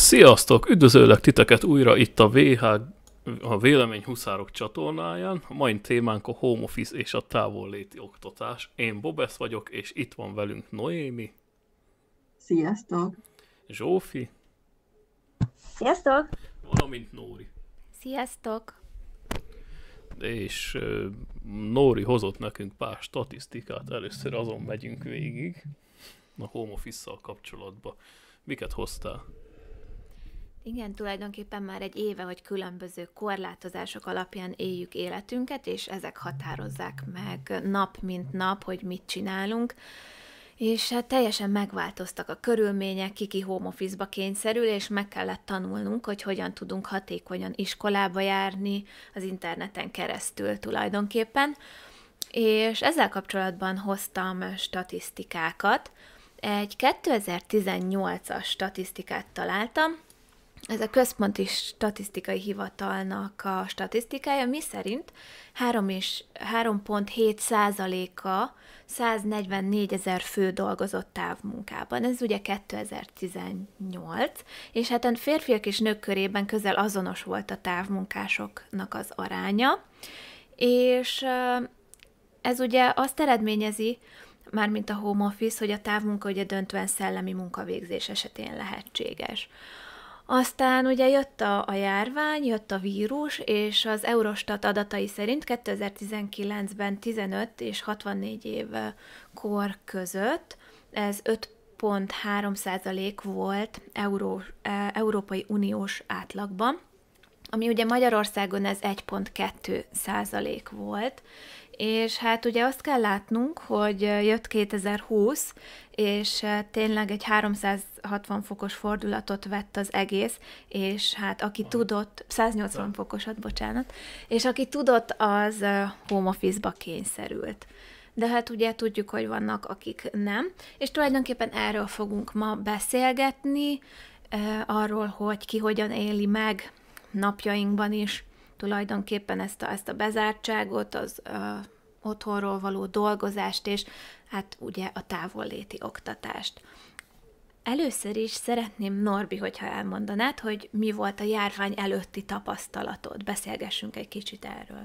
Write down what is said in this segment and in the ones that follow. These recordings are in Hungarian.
Sziasztok! Üdvözöllek titeket újra itt a a Véleményhuszárok csatornáján. A mai témánk a home office és a távolléti oktatás. Én Bobesz vagyok, és itt van velünk Noémi, Sziasztok! Zsófi, Sziasztok! valamint Nóri. Sziasztok! És Nóri hozott nekünk pár statisztikát, először azon megyünk végig a home office-szal kapcsolatban. Miket hoztál? Igen, tulajdonképpen már egy éve, hogy különböző korlátozások alapján éljük életünket, és ezek határozzák meg nap mint nap, hogy mit csinálunk. És hát teljesen megváltoztak a körülmények, ki home office-ba kényszerül, és meg kellett tanulnunk, hogy hogyan tudunk hatékonyan iskolába járni az interneten keresztül tulajdonképpen. És ezzel kapcsolatban hoztam statisztikákat. Egy 2018-as statisztikát találtam. Ez a Központi Statisztikai Hivatalnak a statisztikája, miszerint 3,7%-a 144 000 fő dolgozott távmunkában. Ez ugye 2018, és hát a férfiak és nők körében közel azonos volt a távmunkásoknak az aránya, és ez ugye azt eredményezi, mármint a home office, hogy a távmunka ugye döntően szellemi munkavégzés esetén lehetséges. Aztán ugye jött a járvány, jött a vírus, és az Eurostat adatai szerint 2019-ben 15 és 64 év kor között ez 5,3% volt Európai Uniós átlagban, ami ugye Magyarországon ez 1,2% volt, és hát ugye azt kell látnunk, hogy jött 2020, és tényleg egy 360 fokos fordulatot vett az egész, és hát aki tudott, 180 fokosat, bocsánat, és aki tudott, az home office-ba kényszerült. De hát ugye tudjuk, hogy vannak, akik nem, és tulajdonképpen erről fogunk ma beszélgetni, arról, hogy ki hogyan éli meg napjainkban is tulajdonképpen ezt a bezártságot, az otthonról való dolgozást, és hát ugye a távolléti oktatást. Először is szeretném, Norbi, hogyha elmondanád, hogy mi volt a járvány előtti tapasztalatod. Beszélgessünk egy kicsit erről.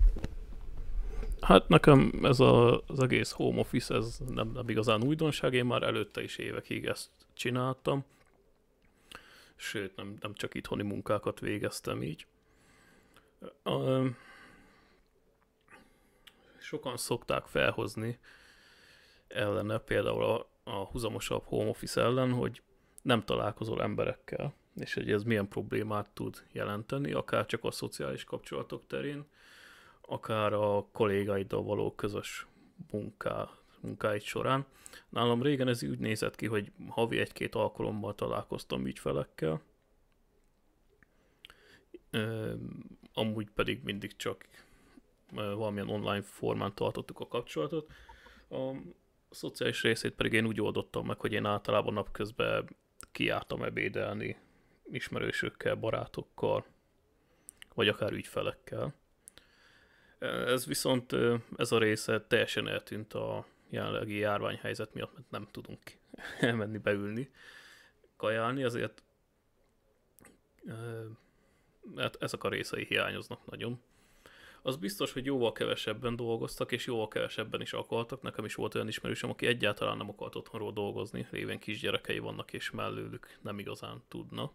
Hát nekem ez az egész home office, ez nem igazán újdonság, én már előtte is évekig ezt csináltam. Sőt, nem csak itthoni munkákat végeztem így. Sokan szokták felhozni ellene, például a huzamosabb home office ellen, hogy nem találkozol emberekkel, és hogy ez milyen problémát tud jelenteni, akár csak a szociális kapcsolatok terén, akár a kollégáiddal való közös munkáid során. Nálam régen ez úgy nézett ki, hogy havi 1-2 alkalommal találkoztam ügyfelekkel, amúgy pedig mindig csak valamilyen online formán tartottuk a kapcsolatot. A szociális részét pedig én úgy oldottam meg, hogy én általában napközben kijártam ebédelni ismerősökkel, barátokkal, vagy akár ügyfelekkel. Ez viszont, ez a része teljesen eltűnt a jelenlegi járványhelyzet miatt, mert nem tudunk elmenni, beülni, kajálni, ezért ezek a részei hiányoznak nagyon. Az biztos, hogy jóval kevesebben dolgoztak, és jóval kevesebben is akartak. Nekem is volt olyan ismerősöm, aki egyáltalán nem akart otthonról dolgozni, lévén kisgyerekei vannak, és mellőlük nem igazán tudna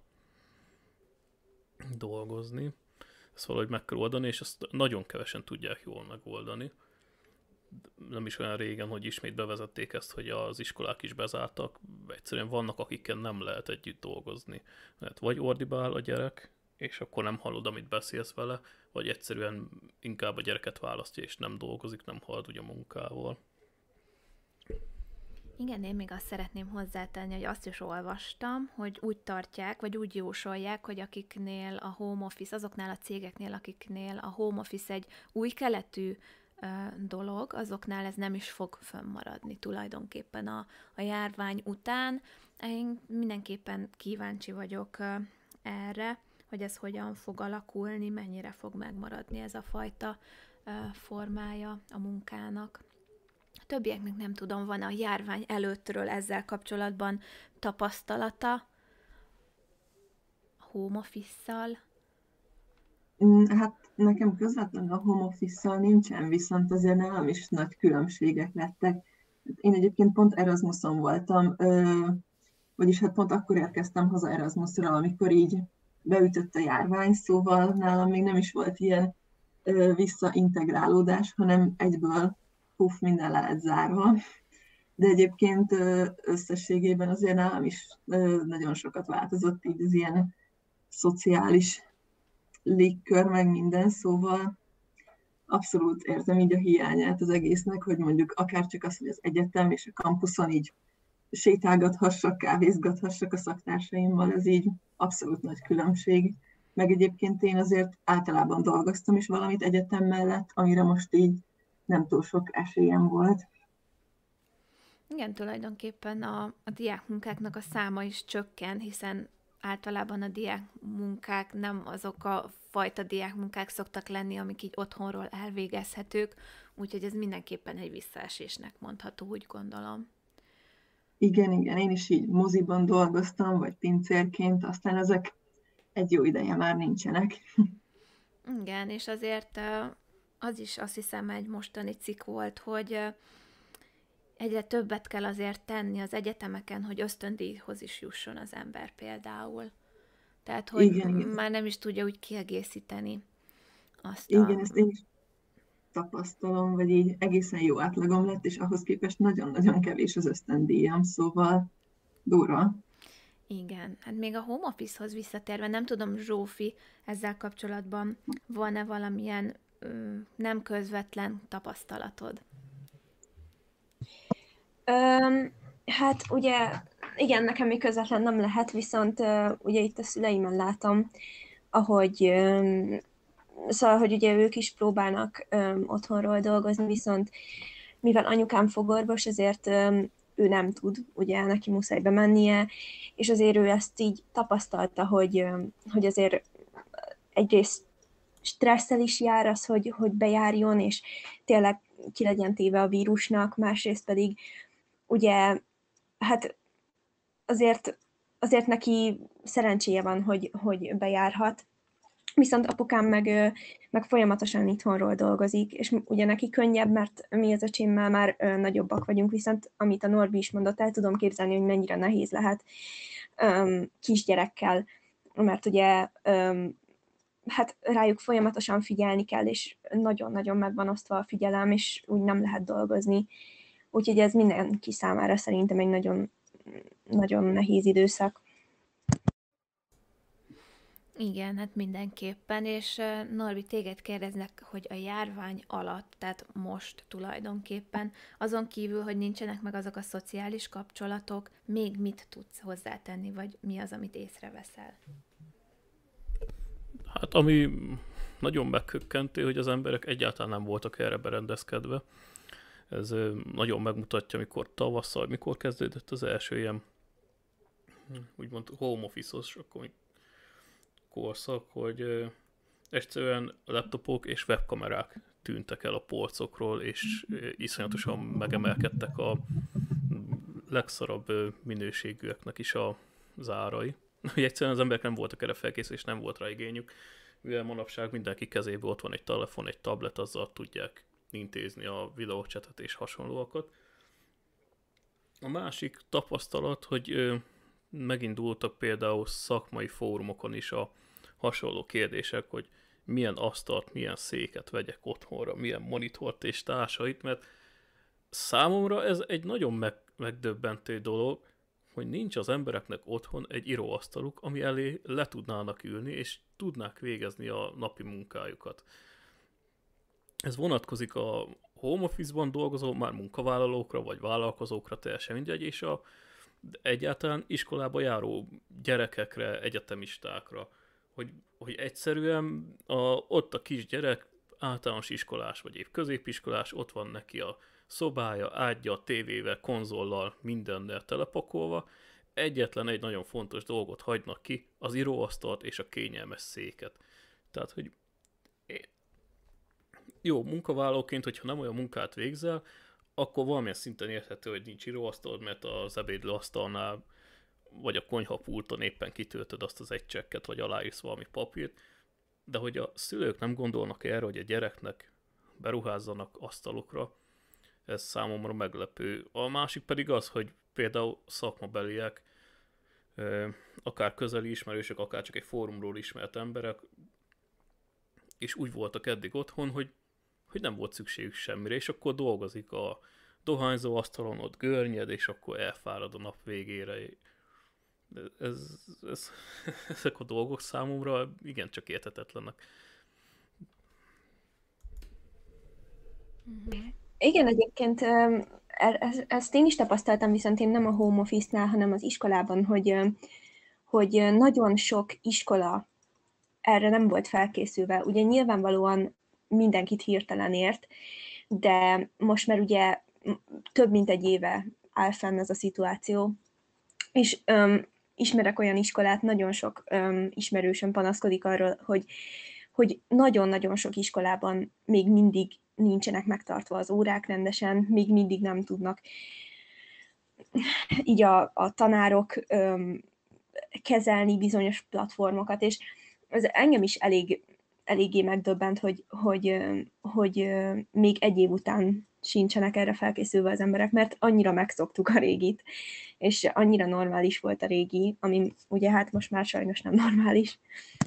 dolgozni. Ezt valahogy meg kell oldani, és ezt nagyon kevesen tudják jól megoldani. Nem is olyan régen, hogy ismét bevezették ezt, hogy az iskolák is bezártak. Egyszerűen vannak, akikkel nem lehet együtt dolgozni. Mert vagy ordibál a gyerek, és akkor nem hallod, amit beszélsz vele, vagy egyszerűen inkább a gyereket választja, és nem dolgozik, nem halad ugye a munkával. Igen, én még azt szeretném hozzátenni, hogy azt is olvastam, hogy úgy tartják, vagy úgy jósolják, hogy akiknél a home office, azoknál a cégeknél, akiknél a home office egy új keletű dolog, azoknál ez nem is fog fönnmaradni tulajdonképpen a járvány után. Én mindenképpen kíváncsi vagyok erre, hogy ez hogyan fog alakulni, mennyire fog megmaradni ez a fajta formája a munkának. A többieknek nem tudom, van a járvány előttről ezzel kapcsolatban tapasztalata? home office-szal? Hát nekem közvetlenül a home office-szal nincsen, viszont azért nálam is nagy különbségek lettek. Én egyébként pont Erasmuson voltam, vagyis hát pont akkor érkeztem haza Erasmusra, amikor így beütött a járvány, szóval nálam még nem is volt ilyen visszaintegrálódás, hanem egyből minden le lett zárva. De egyébként összességében azért nálam is nagyon sokat változott így az ilyen szociális légkör, meg minden, szóval abszolút értem így a hiányát az egésznek, hogy mondjuk akár csak az, hogy az egyetem és a kampuszon így sétálgathassak, kávézgathassak a szaktársaimmal, ez így abszolút nagy különbség. Meg egyébként én azért általában dolgoztam is valamit egyetem mellett, amire most így nem túl sok esélyem volt. Igen, tulajdonképpen a diákmunkáknak a száma is csökken, hiszen általában a diákmunkák nem azok a fajta diákmunkák szoktak lenni, amik így otthonról elvégezhetők, úgyhogy ez mindenképpen egy visszaesésnek mondható, úgy gondolom. Igen, én is így moziban dolgoztam, vagy pincérként, aztán ezek egy jó ideje már nincsenek. Igen, és azért az is azt hiszem egy mostani cikk volt, hogy egyre többet kell azért tenni az egyetemeken, hogy ösztöndíjhoz is jusson az ember például. Tehát, hogy Igen. már nem is tudja úgy kiegészíteni azt Igen, ezt én is tapasztalom, vagy így egészen jó átlagom lett, és ahhoz képest nagyon-nagyon kevés az ösztöndíjam, szóval durva. Igen, hát még a home office-hoz visszatérve, nem tudom, Zsófi, ezzel kapcsolatban van-e valamilyen nem közvetlen tapasztalatod? Hát ugye, igen, nekem még közvetlen nem lehet, viszont ugye itt a szüleimen látom, ahogy szóval, hogy ugye ők is próbálnak otthonról dolgozni, viszont mivel anyukám fogorvos, ezért ő nem tud, ugye neki muszáj bemennie, és azért ő ezt így tapasztalta, hogy azért egyrészt stresszel is jár az, hogy bejárjon, és tényleg ki legyen téve a vírusnak, másrészt pedig ugye, hát azért neki szerencséje van, hogy bejárhat, viszont apukám meg folyamatosan itthonról dolgozik, és ugye neki könnyebb, mert mi az öcsémmel már nagyobbak vagyunk, viszont amit a Norbi is mondott, el tudom képzelni, hogy mennyire nehéz lehet kisgyerekkel, mert ugye hát rájuk folyamatosan figyelni kell, és nagyon-nagyon meg van osztva a figyelem, és úgy nem lehet dolgozni. Úgyhogy ez mindenki számára szerintem egy nagyon, nagyon nehéz időszak. Igen, hát mindenképpen, és Norbi, téged kérdeznek, hogy a járvány alatt, tehát most tulajdonképpen, azon kívül, hogy nincsenek meg azok a szociális kapcsolatok, még mit tudsz hozzátenni, vagy mi az, amit észreveszel? Hát ami nagyon meghökkentő, hogy az emberek egyáltalán nem voltak erre berendezkedve. Ez nagyon megmutatja, mikor tavasszal, mikor kezdődött az első ilyen úgymond home office-os korszak, hogy egyszerűen laptopok és webkamerák tűntek el a polcokról, és iszonyatosan megemelkedtek a legszarabb minőségűeknek is az árai. Hogy egyszerűen az emberek nem voltak erre felkészülve, és nem volt rá igényük, mivel manapság mindenki kezében ott van egy telefon, egy tablet, azzal tudják intézni a videócsetet és hasonlóakat. A másik tapasztalat, hogy megindultak például szakmai fórumokon is a hasonló kérdések, hogy milyen asztalt, milyen széket vegyek otthonra, milyen monitort és társait, mert számomra ez egy nagyon megdöbbentő dolog, hogy nincs az embereknek otthon egy íróasztaluk, ami elé le tudnának ülni, és tudnák végezni a napi munkájukat. Ez vonatkozik a home office-ban dolgozó, már munkavállalókra, vagy vállalkozókra, teljesen mindegy, és egyáltalán iskolába járó gyerekekre, egyetemistákra, hogy egyszerűen ott a kisgyerek, általános iskolás, vagy épp középiskolás, ott van neki a szobája, ágya, tévével, konzollal, mindennel telepakolva, egyetlen egy nagyon fontos dolgot hagynak ki, az íróasztalt és a kényelmes széket. Tehát, hogy jó, munkavállalóként, hogyha nem olyan munkát végzel, akkor valamilyen szinten érthető, hogy nincs íróasztal, mert az ebédlőasztalnál vagy a konyhapulton éppen kitöltöd azt az egy csekket, vagy aláírsz valami papírt, de hogy a szülők nem gondolnak erre, hogy a gyereknek beruházzanak asztalokra, ez számomra meglepő. A másik pedig az, hogy például szakmabeliek, akár közeli ismerősök, akár csak egy fórumról ismert emberek, és úgy voltak eddig otthon, hogy nem volt szükségük semmire, és akkor dolgozik a dohányzó asztalon, ott görnyed, és akkor elfárad a nap végére. Ezek a dolgok számomra igencsak érthetetlenek. Igen, egyébként ezt én is tapasztaltam, viszont én nem a home office-nál, hanem az iskolában, hogy nagyon sok iskola erre nem volt felkészülve. Ugye nyilvánvalóan mindenkit hirtelen ért, de most már ugye több mint egy éve áll fenn ez a szituáció, és ismerek olyan iskolát, nagyon sok ismerősöm panaszkodik arról, hogy nagyon-nagyon sok iskolában még mindig nincsenek megtartva az órák rendesen, még mindig nem tudnak így a tanárok kezelni bizonyos platformokat, és ez engem is eléggé megdöbbent, hogy még egy év után sincsenek erre felkészülve az emberek, mert annyira megszoktuk a régit, és annyira normális volt a régi, ami ugye hát most már sajnos nem normális.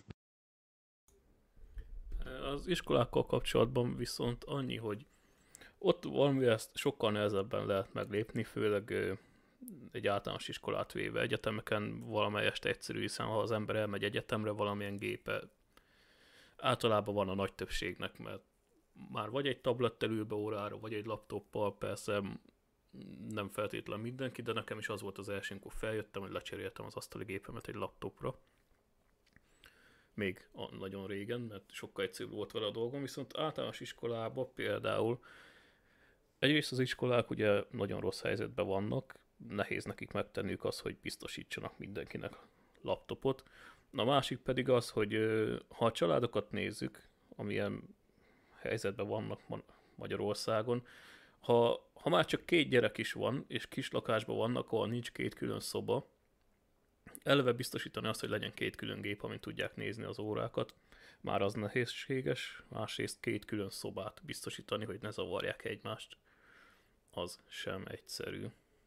Az iskolákkal kapcsolatban viszont annyi, hogy ott valami ezt sokkal nehezebben lehet meglépni, főleg egy általános iskolát véve. Egyetemeken valamelyest egyszerű, hiszen ha az ember elmegy egyetemre, valamilyen gépe általában van a nagy többségnek, mert már vagy egy tablettel ül be órára, vagy egy laptoppal, persze nem feltétlenül mindenki, de nekem is az volt az első, amikor feljöttem, hogy lecseréltem az asztali gépemet egy laptopra. Még nagyon régen, mert sokkal egyszerűbb volt vele a dolgom, viszont általános iskolában például egyrészt az iskolák ugye nagyon rossz helyzetben vannak, nehéz nekik megtenniük azt, hogy biztosítsanak mindenkinek laptopot. A másik pedig az, hogy ha a családokat nézzük, amilyen helyzetben vannak Magyarországon, ha már csak 2 gyerek is van, és kis lakásban vannak, ahol nincs 2 külön szoba, eleve biztosítani azt, hogy legyen 2 külön gép, amin tudják nézni az órákat, már az nehézséges, másrészt 2 külön szobát biztosítani, hogy ne zavarják egymást, az sem egyszerű.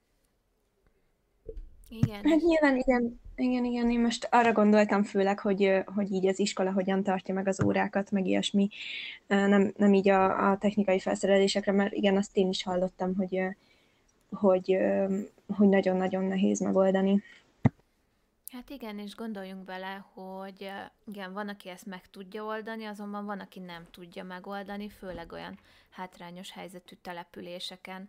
Igen. Hát nyilván igen, én most arra gondoltam főleg, hogy így az iskola hogyan tartja meg az órákat, meg ilyesmi, nem így a technikai felszerelésekre, mert igen, azt én is hallottam, hogy nagyon-nagyon nehéz megoldani. Hát igen, és gondoljunk bele, hogy igen, van, aki ezt meg tudja oldani, azonban van, aki nem tudja megoldani, főleg olyan hátrányos helyzetű településeken,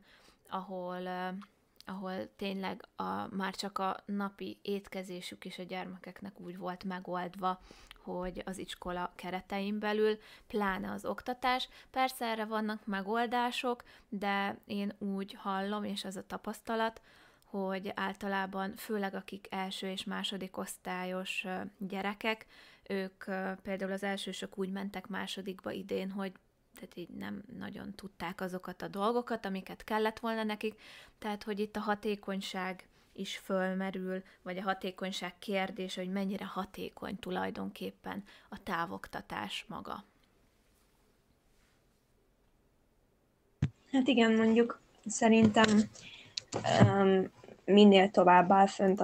ahol tényleg már csak a napi étkezésük is a gyermekeknek úgy volt megoldva, hogy az iskola keretein belül, pláne az oktatás. Persze erre vannak megoldások, de én úgy hallom, és az a tapasztalat, hogy általában, főleg akik első és második osztályos gyerekek, ők például az elsősök úgy mentek másodikba idén, hogy tehát így nem nagyon tudták azokat a dolgokat, amiket kellett volna nekik, tehát hogy itt a hatékonyság is fölmerül, vagy a hatékonyság kérdése, hogy mennyire hatékony tulajdonképpen a távoktatás maga. Hát igen, mondjuk szerintem minél tovább áll fönt,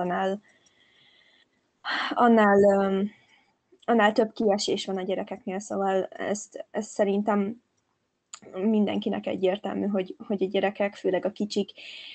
annál több kiesés van a gyerekeknél, szóval ez szerintem mindenkinek egyértelmű, hogy a gyerekek, főleg a kicsik,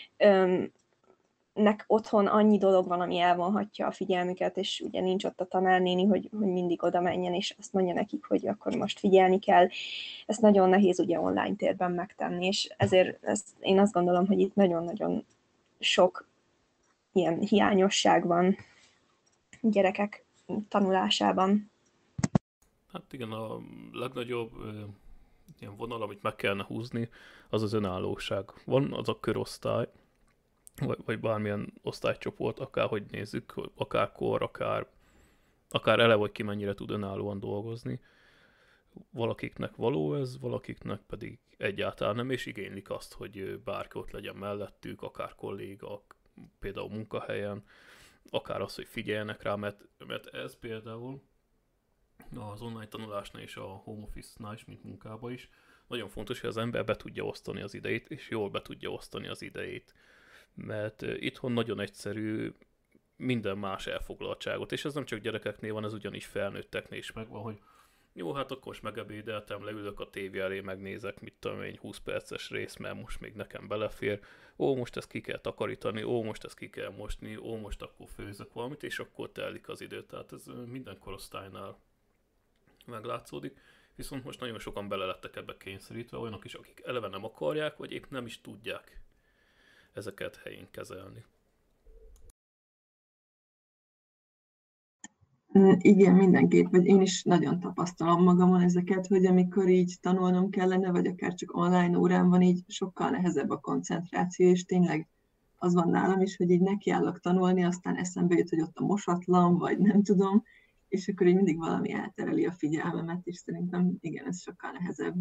nek otthon annyi dolog van, ami elvonhatja a figyelmüket, és ugye nincs ott a tanárnéni, hogy mindig oda menjen, és azt mondja nekik, hogy akkor most figyelni kell. Ezt nagyon nehéz ugye online térben megtenni, és ezért én azt gondolom, hogy itt nagyon-nagyon sok ilyen hiányosság van gyerekek tanulásában. Hát igen, a legnagyobb ilyen vonal, amit meg kellene húzni, az az önállóság. Van az a körosztály, vagy bármilyen osztálycsoport, akárhogy nézzük, akár kor, akár eleve, hogy ki mennyire tud önállóan dolgozni. Valakiknek való ez, valakiknek pedig egyáltalán nem, és igénylik azt, hogy bárki ott legyen mellettük, akár kollégák, például munkahelyen. akár az, hogy figyeljenek rá, mert ez például az online tanulásnál és a home office-nál is, mint munkában is, nagyon fontos, hogy az ember be tudja osztani az idejét, és jól be tudja osztani az idejét. Mert itthon nagyon egyszerű minden más elfoglaltságot, és ez nem csak gyerekeknél van, ez ugyanis felnőtteknél is megvan, hogy jó, hát akkor most megebédeltem, leülök a tévé elé, megnézek, mit tudom én, 20 perces rész, mert most még nekem belefér. Ó, most ezt ki kell takarítani, ó, most ezt ki kell mosni, ó, most akkor főzök valamit, és akkor telik az idő. Tehát ez minden korosztálynál meglátszódik. Viszont most nagyon sokan bele lettek ebbe kényszerítve, olyanok is, akik eleve nem akarják, vagy épp nem is tudják ezeket helyén kezelni. Igen, mindenképp, vagy én is nagyon tapasztalom magamon ezeket, hogy amikor így tanulnom kellene, vagy akár csak online órán van, így sokkal nehezebb a koncentráció, és tényleg az van nálam is, hogy így nekiállok tanulni, aztán eszembe jut, hogy ott a mosatlan, vagy nem tudom, és akkor így mindig valami eltereli a figyelmemet, és szerintem igen, ez sokkal nehezebb.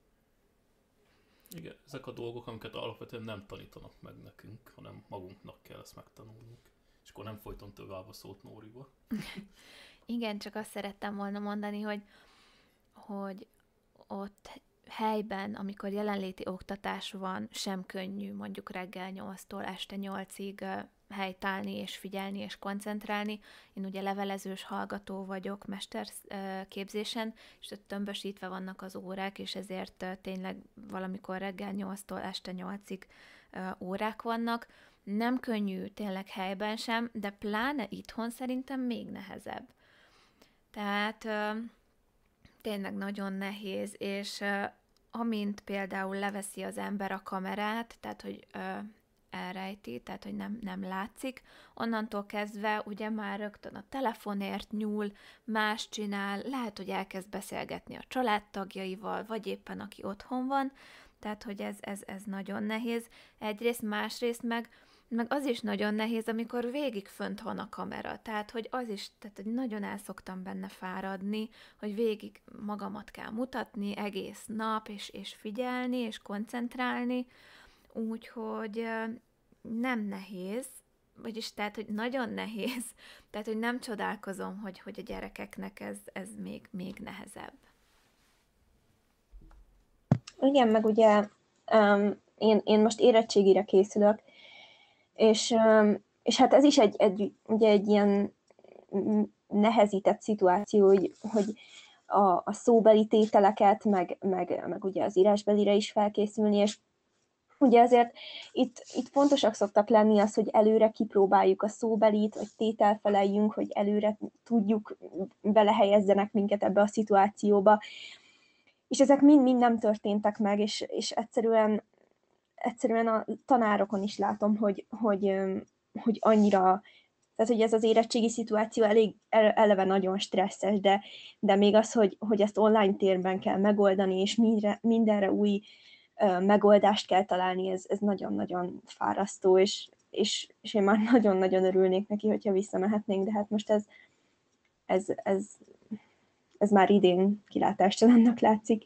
Igen, ezek a dolgok, amiket alapvetően nem tanítanak meg nekünk, hanem magunknak kell ezt megtanulnunk. És akkor nem folyton tovább a szót Nóriba. Igen, csak azt szerettem volna mondani, hogy ott helyben, amikor jelenléti oktatás van, sem könnyű mondjuk reggel 8-tól este 8-ig helytállni és figyelni és koncentrálni. Én ugye levelezős hallgató vagyok mesterképzésen, és ott tömbösítve vannak az órák, és ezért tényleg valamikor reggel 8-tól este 8-ig órák vannak. Nem könnyű tényleg helyben sem, de pláne itthon szerintem még nehezebb. Tehát tényleg nagyon nehéz, és amint például leveszi az ember a kamerát, tehát hogy elrejti, tehát hogy nem látszik, onnantól kezdve ugye már rögtön a telefonért nyúl, más csinál, lehet, hogy elkezd beszélgetni a családtagjaival, vagy éppen aki otthon van, tehát hogy ez nagyon nehéz. Egyrészt, másrészt meg az is nagyon nehéz, amikor végig fönt van a kamera. Tehát, hogy az is, tehát, hogy nagyon el szoktam benne fáradni, hogy végig magamat kell mutatni egész nap, és figyelni, és koncentrálni. Úgyhogy nem nehéz, vagyis tehát, hogy nagyon nehéz, tehát, hogy nem csodálkozom, hogy a gyerekeknek ez még nehezebb. Igen, meg ugye én most érettségire készülök, és hát ez is ugye egy ilyen nehezített szituáció, hogy a szóbeli tételeket, meg ugye az írásbelire is felkészülni, és ugye azért itt fontosak szoktak lenni az, hogy előre kipróbáljuk a szóbelit, vagy tételfeleljünk, hogy előre tudjuk, belehelyezzenek minket ebbe a szituációba. És ezek mind nem történtek meg, és egyszerűen a tanárokon is látom, hogy annyira, tehát hogy ez az érettségi szituáció eleve nagyon stresszes, de még az, hogy ezt online térben kell megoldani, és mindenre új megoldást kell találni, ez nagyon-nagyon fárasztó, és én már nagyon-nagyon örülnék neki, hogyha visszamehetnénk, de hát most ez már idén kilátástalannak látszik.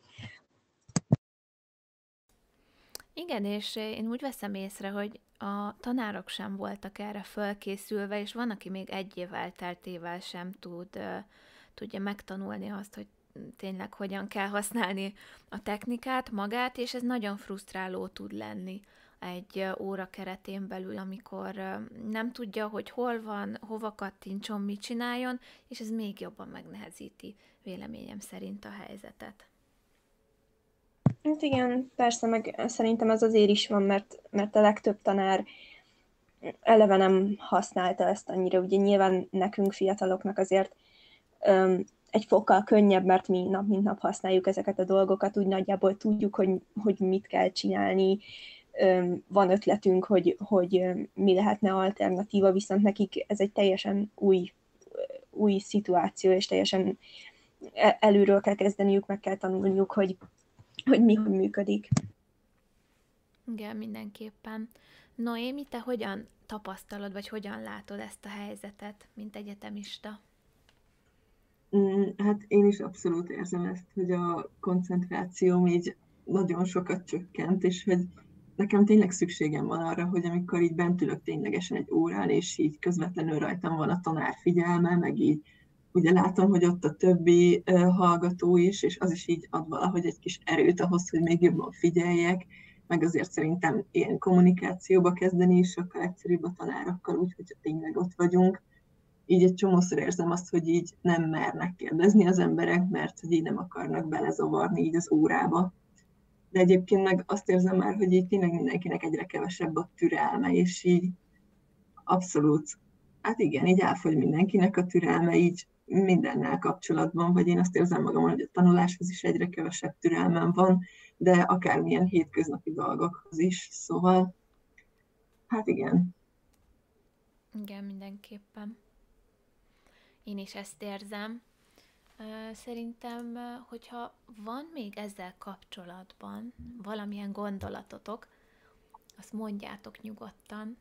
Igen, és én úgy veszem észre, hogy a tanárok sem voltak erre fölkészülve, és van, aki még egy év elteltével sem tudja megtanulni azt, hogy tényleg hogyan kell használni a technikát, magát, és ez nagyon frusztráló tud lenni egy óra keretén belül, amikor nem tudja, hogy hol van, hova kattintson, mit csináljon, és ez még jobban megnehezíti véleményem szerint a helyzetet. Hát igen, persze, meg szerintem ez azért is van, mert a legtöbb tanár eleve nem használta ezt annyira. Ugye nyilván nekünk fiataloknak azért egy fokkal könnyebb, mert mi nap mint nap használjuk ezeket a dolgokat, úgy nagyjából tudjuk, hogy mit kell csinálni, van ötletünk, hogy mi lehetne alternatíva, viszont nekik ez egy teljesen új szituáció, és teljesen előről kell kezdeniük, meg kell tanulniuk, hogy mi hogy működik. Igen, mindenképpen. Noémi, te hogyan tapasztalod, vagy hogyan látod ezt a helyzetet, mint egyetemista? Hát én is abszolút érzem ezt, hogy a koncentrációm így nagyon sokat csökkent, és hogy nekem tényleg szükségem van arra, hogy amikor így bent ülök ténylegesen egy órán, és így közvetlenül rajtam van a tanár figyelme, meg így ugye látom, hogy ott a többi hallgató is, és az is így ad valahogy egy kis erőt ahhoz, hogy még jobban figyeljek, meg azért szerintem ilyen kommunikációba kezdeni is sokkal egyszerűbb a tanárokkal, úgyhogy tényleg ott vagyunk. Így egy csomószor érzem azt, hogy így nem mernek kérdezni az emberek, mert hogy így nem akarnak belezavarni így az órába. De egyébként meg azt érzem már, hogy így tényleg mindenkinek egyre kevesebb a türelme, és így abszolút, hát igen, így elfogy mindenkinek a türelme, így mindennel kapcsolatban, vagy én azt érzem magamon, hogy a tanuláshoz is egyre kevesebb türelmem van, de akármilyen hétköznapi dolgokhoz is, szóval, hát igen. Igen, mindenképpen. Én is ezt érzem. Szerintem, hogyha van még ezzel kapcsolatban valamilyen gondolatotok, azt mondjátok nyugodtan.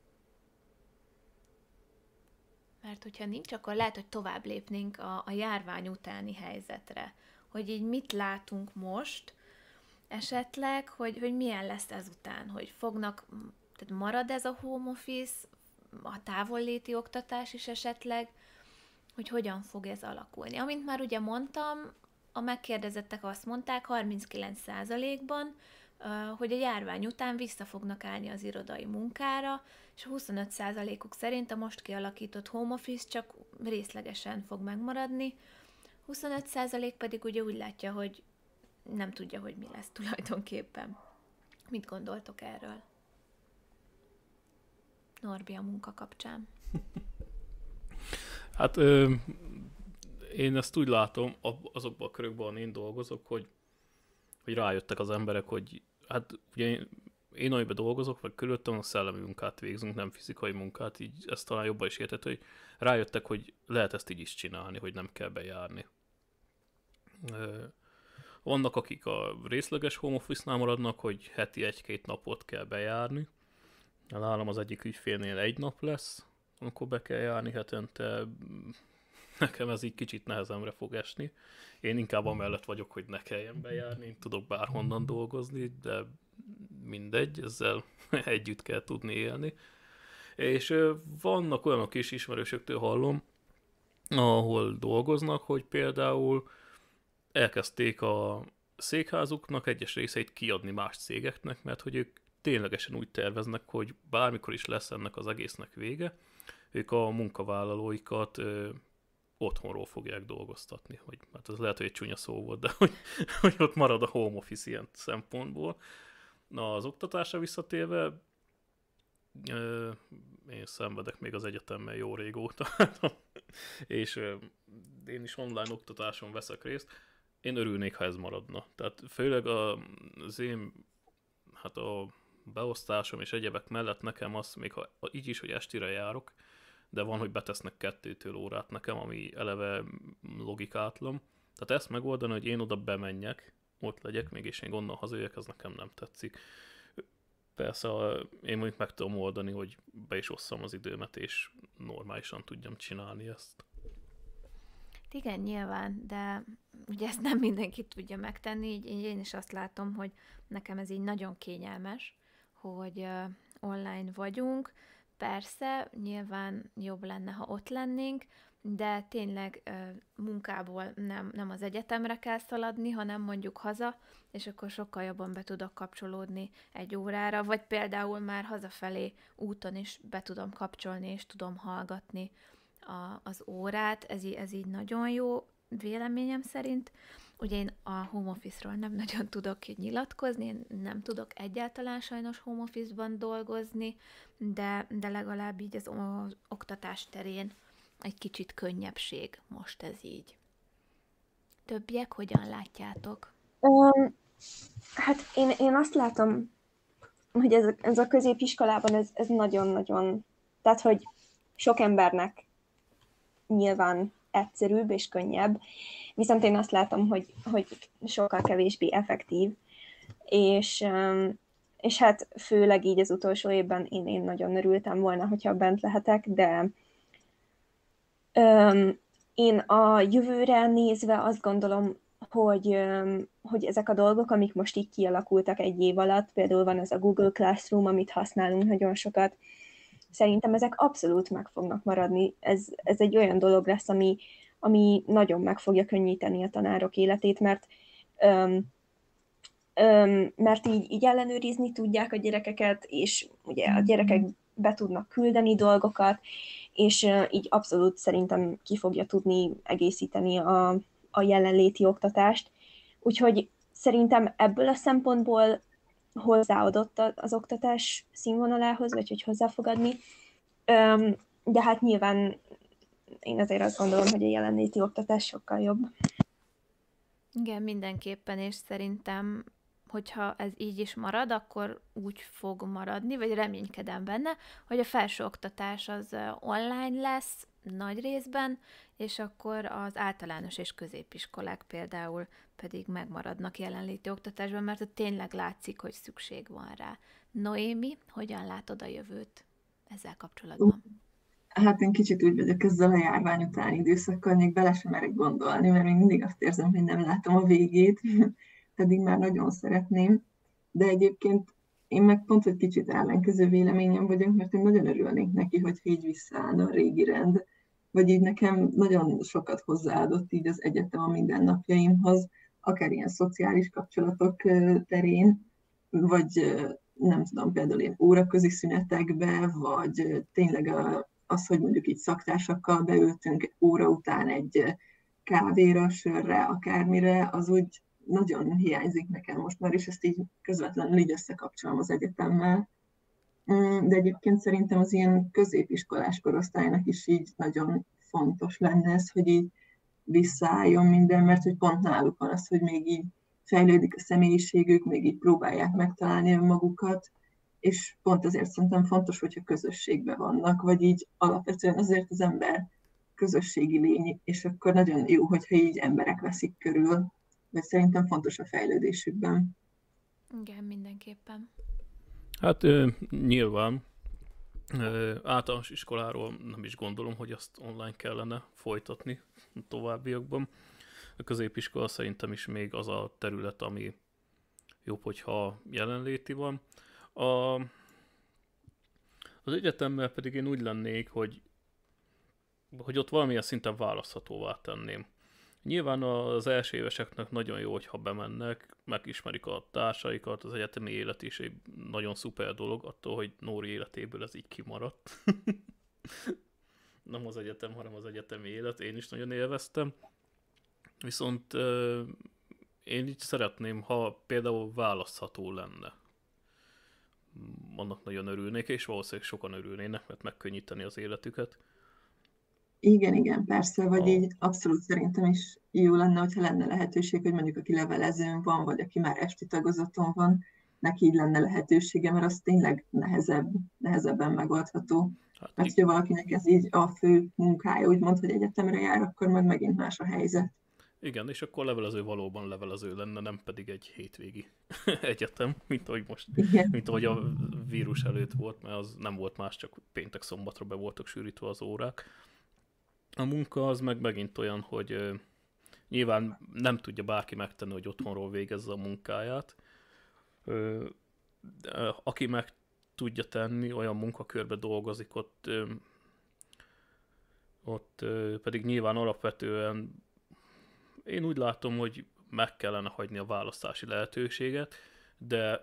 Mert hogyha nincs, akkor lehet, hogy tovább lépnénk a járvány utáni helyzetre. Hogy így mit látunk most, esetleg, hogy milyen lesz ezután, hogy tehát marad ez a home office, a távolléti oktatás is esetleg, hogy hogyan fog ez alakulni. Amint már ugye mondtam, a megkérdezettek azt mondták 39%-ban, hogy a járvány után vissza fognak állni az irodai munkára, és 25%-uk szerint a most kialakított home office csak részlegesen fog megmaradni, 25% pedig ugye úgy látja, hogy nem tudja, hogy mi lesz tulajdonképpen. Mit gondoltok erről? Norbi, a munka kapcsán. Hát én ezt úgy látom, azokban a körökben, ahol én dolgozok, hogy rájöttek az emberek, hogy hát ugye én amiben dolgozok, vagy körülöttem a szellemi munkát végzünk, nem fizikai munkát, így ezt talán jobban is érthető, hogy rájöttek, hogy lehet ezt így is csinálni, hogy nem kell bejárni. Vannak, akik a részleges home office-nál maradnak, hogy heti 1-2 napot kell bejárni. Nálam az egyik ügyfélnél 1 nap lesz, amikor be kell járni hetente. Nekem ez így kicsit nehezemre fog esni. Én inkább amellett vagyok, hogy ne kelljen bejárni, én tudok bárhonnan dolgozni, de mindegy, ezzel együtt kell tudni élni. És vannak olyanok is, ismerősöktől hallom, ahol dolgoznak, hogy például elkezdték a székházuknak egyes részeit kiadni más cégeknek, mert hogy ők ténylegesen úgy terveznek, hogy bármikor is lesz ennek az egésznek vége, ők a munkavállalóikat otthonról fogják dolgoztatni. Hogy, hát ez lehet, hogy egy csúnya szó volt, de hogy ott marad a home office ilyen szempontból. Na, az oktatásra visszatérve, én szenvedek még az egyetemben jó régóta, és én is online oktatáson veszek részt. Én örülnék, ha ez maradna. Tehát főleg az én, hát a beosztásom és egyebek mellett nekem az, még ha így is, hogy estire járok, de van, hogy betesznek 2 órát nekem, ami eleve logikátlan. Tehát ezt megoldani, hogy én oda bemenjek, ott legyek még, és én onnan hazajöjjek, ez nekem nem tetszik. Persze, én mondjuk meg tudom oldani, hogy be is osszam az időmet, és normálisan tudjam csinálni ezt. Igen, nyilván, de ugye ezt nem mindenki tudja megtenni, így én is azt látom, hogy nekem ez így nagyon kényelmes, hogy online vagyunk. Persze, nyilván jobb lenne, ha ott lennénk, de tényleg munkából nem az egyetemre kell szaladni, hanem mondjuk haza, és akkor sokkal jobban be tudok kapcsolódni 1 órára, vagy például már hazafelé úton is be tudom kapcsolni, és tudom hallgatni az órát. Ez így nagyon jó véleményem szerint. Ugye én a home office-ról nem nagyon tudok nyilatkozni, én nem tudok egyáltalán sajnos home office-ban dolgozni, de legalább így az oktatás terén egy kicsit könnyebbség most ez így. Többiek hogyan látjátok? Hát én azt látom, hogy ez a középiskolában ez nagyon-nagyon, tehát hogy sok embernek nyilván egyszerűbb és könnyebb, viszont én azt látom, hogy sokkal kevésbé effektív, és hát főleg így az utolsó évben én nagyon örültem volna, hogyha bent lehetek, de én a jövőre nézve azt gondolom, hogy ezek a dolgok, amik most így kialakultak egy év alatt, például van ez a Google Classroom, amit használunk nagyon sokat, szerintem ezek abszolút meg fognak maradni. Ez egy olyan dolog lesz, ami nagyon meg fogja könnyíteni a tanárok életét, mert így ellenőrizni tudják a gyerekeket, és ugye a gyerekek be tudnak küldeni dolgokat, és így abszolút szerintem ki fogja tudni egészíteni a jelenléti oktatást. Úgyhogy szerintem ebből a szempontból hozzáadott az oktatás színvonalához, vagy hogy hozzá fog adni. De hát nyilván én azért azt gondolom, hogy a jelenléti oktatás sokkal jobb. Igen, mindenképpen, és szerintem, hogyha ez így is marad, akkor úgy fog maradni, vagy reménykedem benne, hogy a felsőoktatás az online lesz nagy részben, és akkor az általános és középiskolák például pedig megmaradnak jelenléti oktatásban, mert ott tényleg látszik, hogy szükség van rá. Noémi, hogyan látod a jövőt ezzel kapcsolatban? Hát én kicsit úgy vagyok ezzel a járvány utáni időszakkal, még bele sem merek gondolni, mert még mindig azt érzem, hogy nem látom a végét, pedig már nagyon szeretném. De egyébként én meg pont, hogy kicsit ellenkező véleményem vagyok, mert én nagyon örülnék neki, hogyha így visszaállna a régi rend, vagy így nekem nagyon sokat hozzáadott így az egyetem a mindennapjaimhoz, akár ilyen szociális kapcsolatok terén, vagy nem tudom, például ilyen óraközi szünetekbe, vagy tényleg az, hogy mondjuk így szaktársakkal beültünk óra után egy kávéra, sörre, akármire, az úgy nagyon hiányzik nekem most már, és ezt így közvetlenül így összekapcsolom az egyetemmel. De egyébként szerintem az ilyen középiskolás korosztálynak is így nagyon fontos lenne ez, hogy így visszaálljon minden, mert hogy pont náluk van az, hogy még így fejlődik a személyiségük, még így próbálják megtalálni önmagukat, és pont azért szerintem fontos, hogyha közösségben vannak, vagy így alapvetően azért az ember közösségi lény, és akkor nagyon jó, hogyha így emberek veszik körül, vagy szerintem fontos a fejlődésükben. Igen, mindenképpen. Hát nyilván általános iskoláról nem is gondolom, hogy azt online kellene folytatni a továbbiakban. A középiskola szerintem is még az a terület, ami jobb, hogyha jelenléti van. Az egyetemmel pedig én úgy lennék, hogy ott valamilyen szinten választhatóvá tenném. Nyilván az első éveseknek nagyon jó, hogyha bemennek, megismerik a társaikat, az egyetemi élet is egy nagyon szuper dolog, attól, hogy Nóri életéből ez így kimaradt. Nem az egyetem, hanem az egyetemi élet, én is nagyon élveztem. Viszont én így szeretném, ha például választható lenne. Annak nagyon örülnék, és valószínűleg sokan örülnének, mert megkönnyíteni az életüket. Igen, persze, vagy így abszolút szerintem is jó lenne, hogyha lenne lehetőség, hogy mondjuk aki levelezőn van, vagy aki már esti tagozaton van, neki így lenne lehetősége, mert az tényleg nehezebben megoldható. Hát, mert ha valakinek ez így a fő munkája, úgymond, hogy egyetemre jár, akkor meg megint más a helyzet. Igen, és akkor levelező valóban levelező lenne, nem pedig egy hétvégi egyetem, mint ahogy most, mint ahogy a vírus előtt volt, mert az nem volt más, csak péntek-szombatra be voltak sűrítve az órák. A munka az meg megint olyan, hogy nyilván nem tudja bárki megtenni, hogy otthonról végezze a munkáját. Aki meg tudja tenni, olyan munkakörbe dolgozik, ott pedig nyilván alapvetően én úgy látom, hogy meg kellene hagyni a választási lehetőséget, de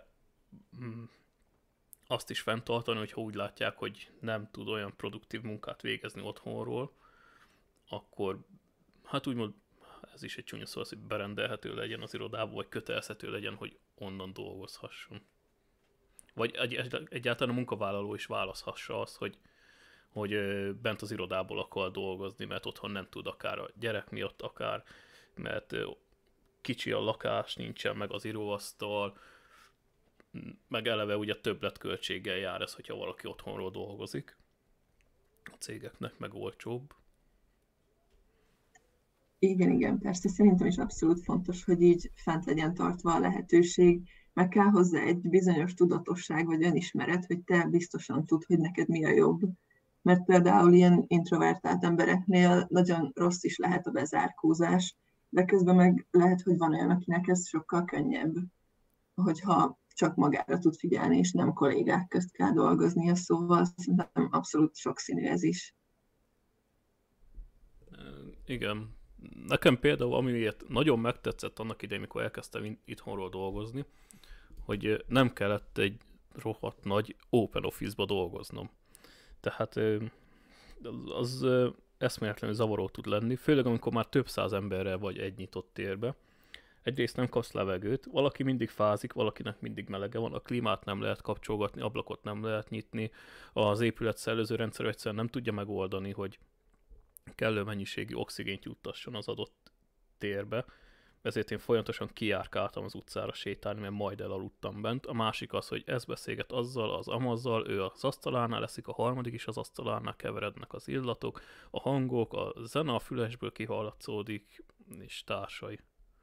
azt is fenntartani, hogyha úgy látják, hogy nem tud olyan produktív munkát végezni otthonról, akkor hát úgymond ez is egy csúnya szó, hogy berendelhető legyen az irodába, vagy kötelezhető legyen, hogy onnan dolgozhasson. Vagy egyáltalán a munkavállaló is választhassa azt, hogy bent az irodából akar dolgozni, mert otthon nem tud, akár a gyerek miatt, akár mert kicsi a lakás, nincsen meg az íróasztal, meg eleve ugye többletköltséggel jár ez, hogyha valaki otthonról dolgozik. A cégeknek meg olcsóbb. Igen, persze. Szerintem is abszolút fontos, hogy így fent legyen tartva a lehetőség, meg kell hozzá egy bizonyos tudatosság vagy önismeret, hogy te biztosan tudd, hogy neked mi a jobb. Mert például ilyen introvertált embereknél nagyon rossz is lehet a bezárkózás, de közben meg lehet, hogy van olyan, akinek ez sokkal könnyebb, hogyha csak magára tud figyelni, és nem kollégák közt kell dolgoznia, szóval szerintem abszolút sokszínű ez is. Igen. Nekem például, amiért nagyon megtetszett annak idején, mikor elkezdtem itthonról dolgozni, hogy nem kellett egy rohadt nagy open office-ba dolgoznom. Tehát az eszméletlenül zavaró tud lenni, főleg amikor már több száz emberrel vagy egy nyitott térbe. Egyrészt nem kapsz levegőt, valaki mindig fázik, valakinek mindig melege van, a klímát nem lehet kapcsolgatni, ablakot nem lehet nyitni, az épület szellőzőrendszer egyszerűen nem tudja megoldani, hogy kellő mennyiségű oxigént juttasson az adott térbe, ezért én folyamatosan kijárkáltam az utcára sétálni, mert majd elaludtam bent. A másik az, hogy ez beszélget azzal, az amazzal, ő az asztalánál leszik, a harmadik is az asztalánál, keverednek az illatok, a hangok, a zene a fülesből kihallatszódik, és társai.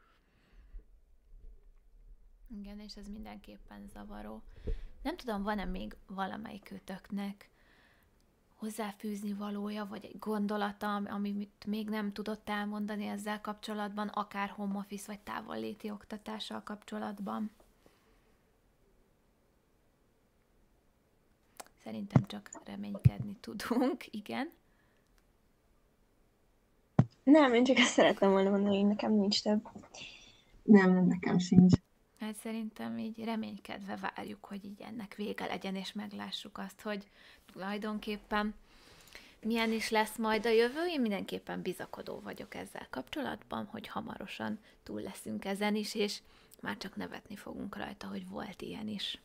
Igen, és ez mindenképpen zavaró. Nem tudom, van-e még valamelyikőtöknek hozzáfűzni valója, vagy egy gondolata, amit még nem tudott elmondani ezzel kapcsolatban, akár home office, vagy távolléti oktatással kapcsolatban? Szerintem csak reménykedni tudunk, igen. Nem, én csak ezt szerettem volna mondani, hogy nekem nincs több. Nem, nekem sincs. Hát szerintem így reménykedve várjuk, hogy így ennek vége legyen, és meglássuk azt, hogy tulajdonképpen milyen is lesz majd a jövő. Én mindenképpen bizakodó vagyok ezzel kapcsolatban, hogy hamarosan túl leszünk ezen is, és már csak nevetni fogunk rajta, hogy volt ilyen is.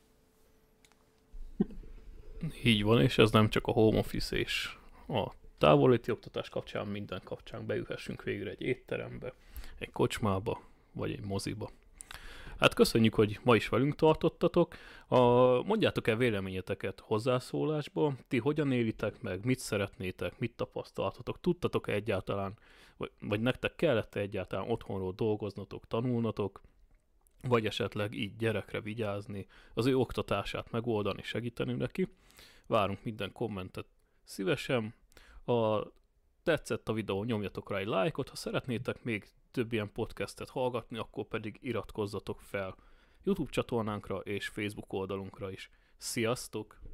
Így van, és ez nem csak a home office és a távolléti oktatás kapcsán, minden kapcsán beülhessünk végre egy étterembe, egy kocsmába, vagy egy moziba. Hát köszönjük, hogy ma is velünk tartottatok. Mondjátok el véleményeteket hozzászólásba. Ti hogyan élitek meg, mit szeretnétek, mit tapasztaltatok, tudtatok-e egyáltalán, vagy nektek kellett-e egyáltalán otthonról dolgoznatok, tanulnatok, vagy esetleg így gyerekre vigyázni, az ő oktatását megoldani, segíteni neki. Várunk minden kommentet szívesen. Ha tetszett a videó, nyomjatok rá egy lájkot, ha szeretnétek még több ilyen podcastet hallgatni, akkor pedig iratkozzatok fel YouTube csatornánkra és Facebook oldalunkra is. Sziasztok!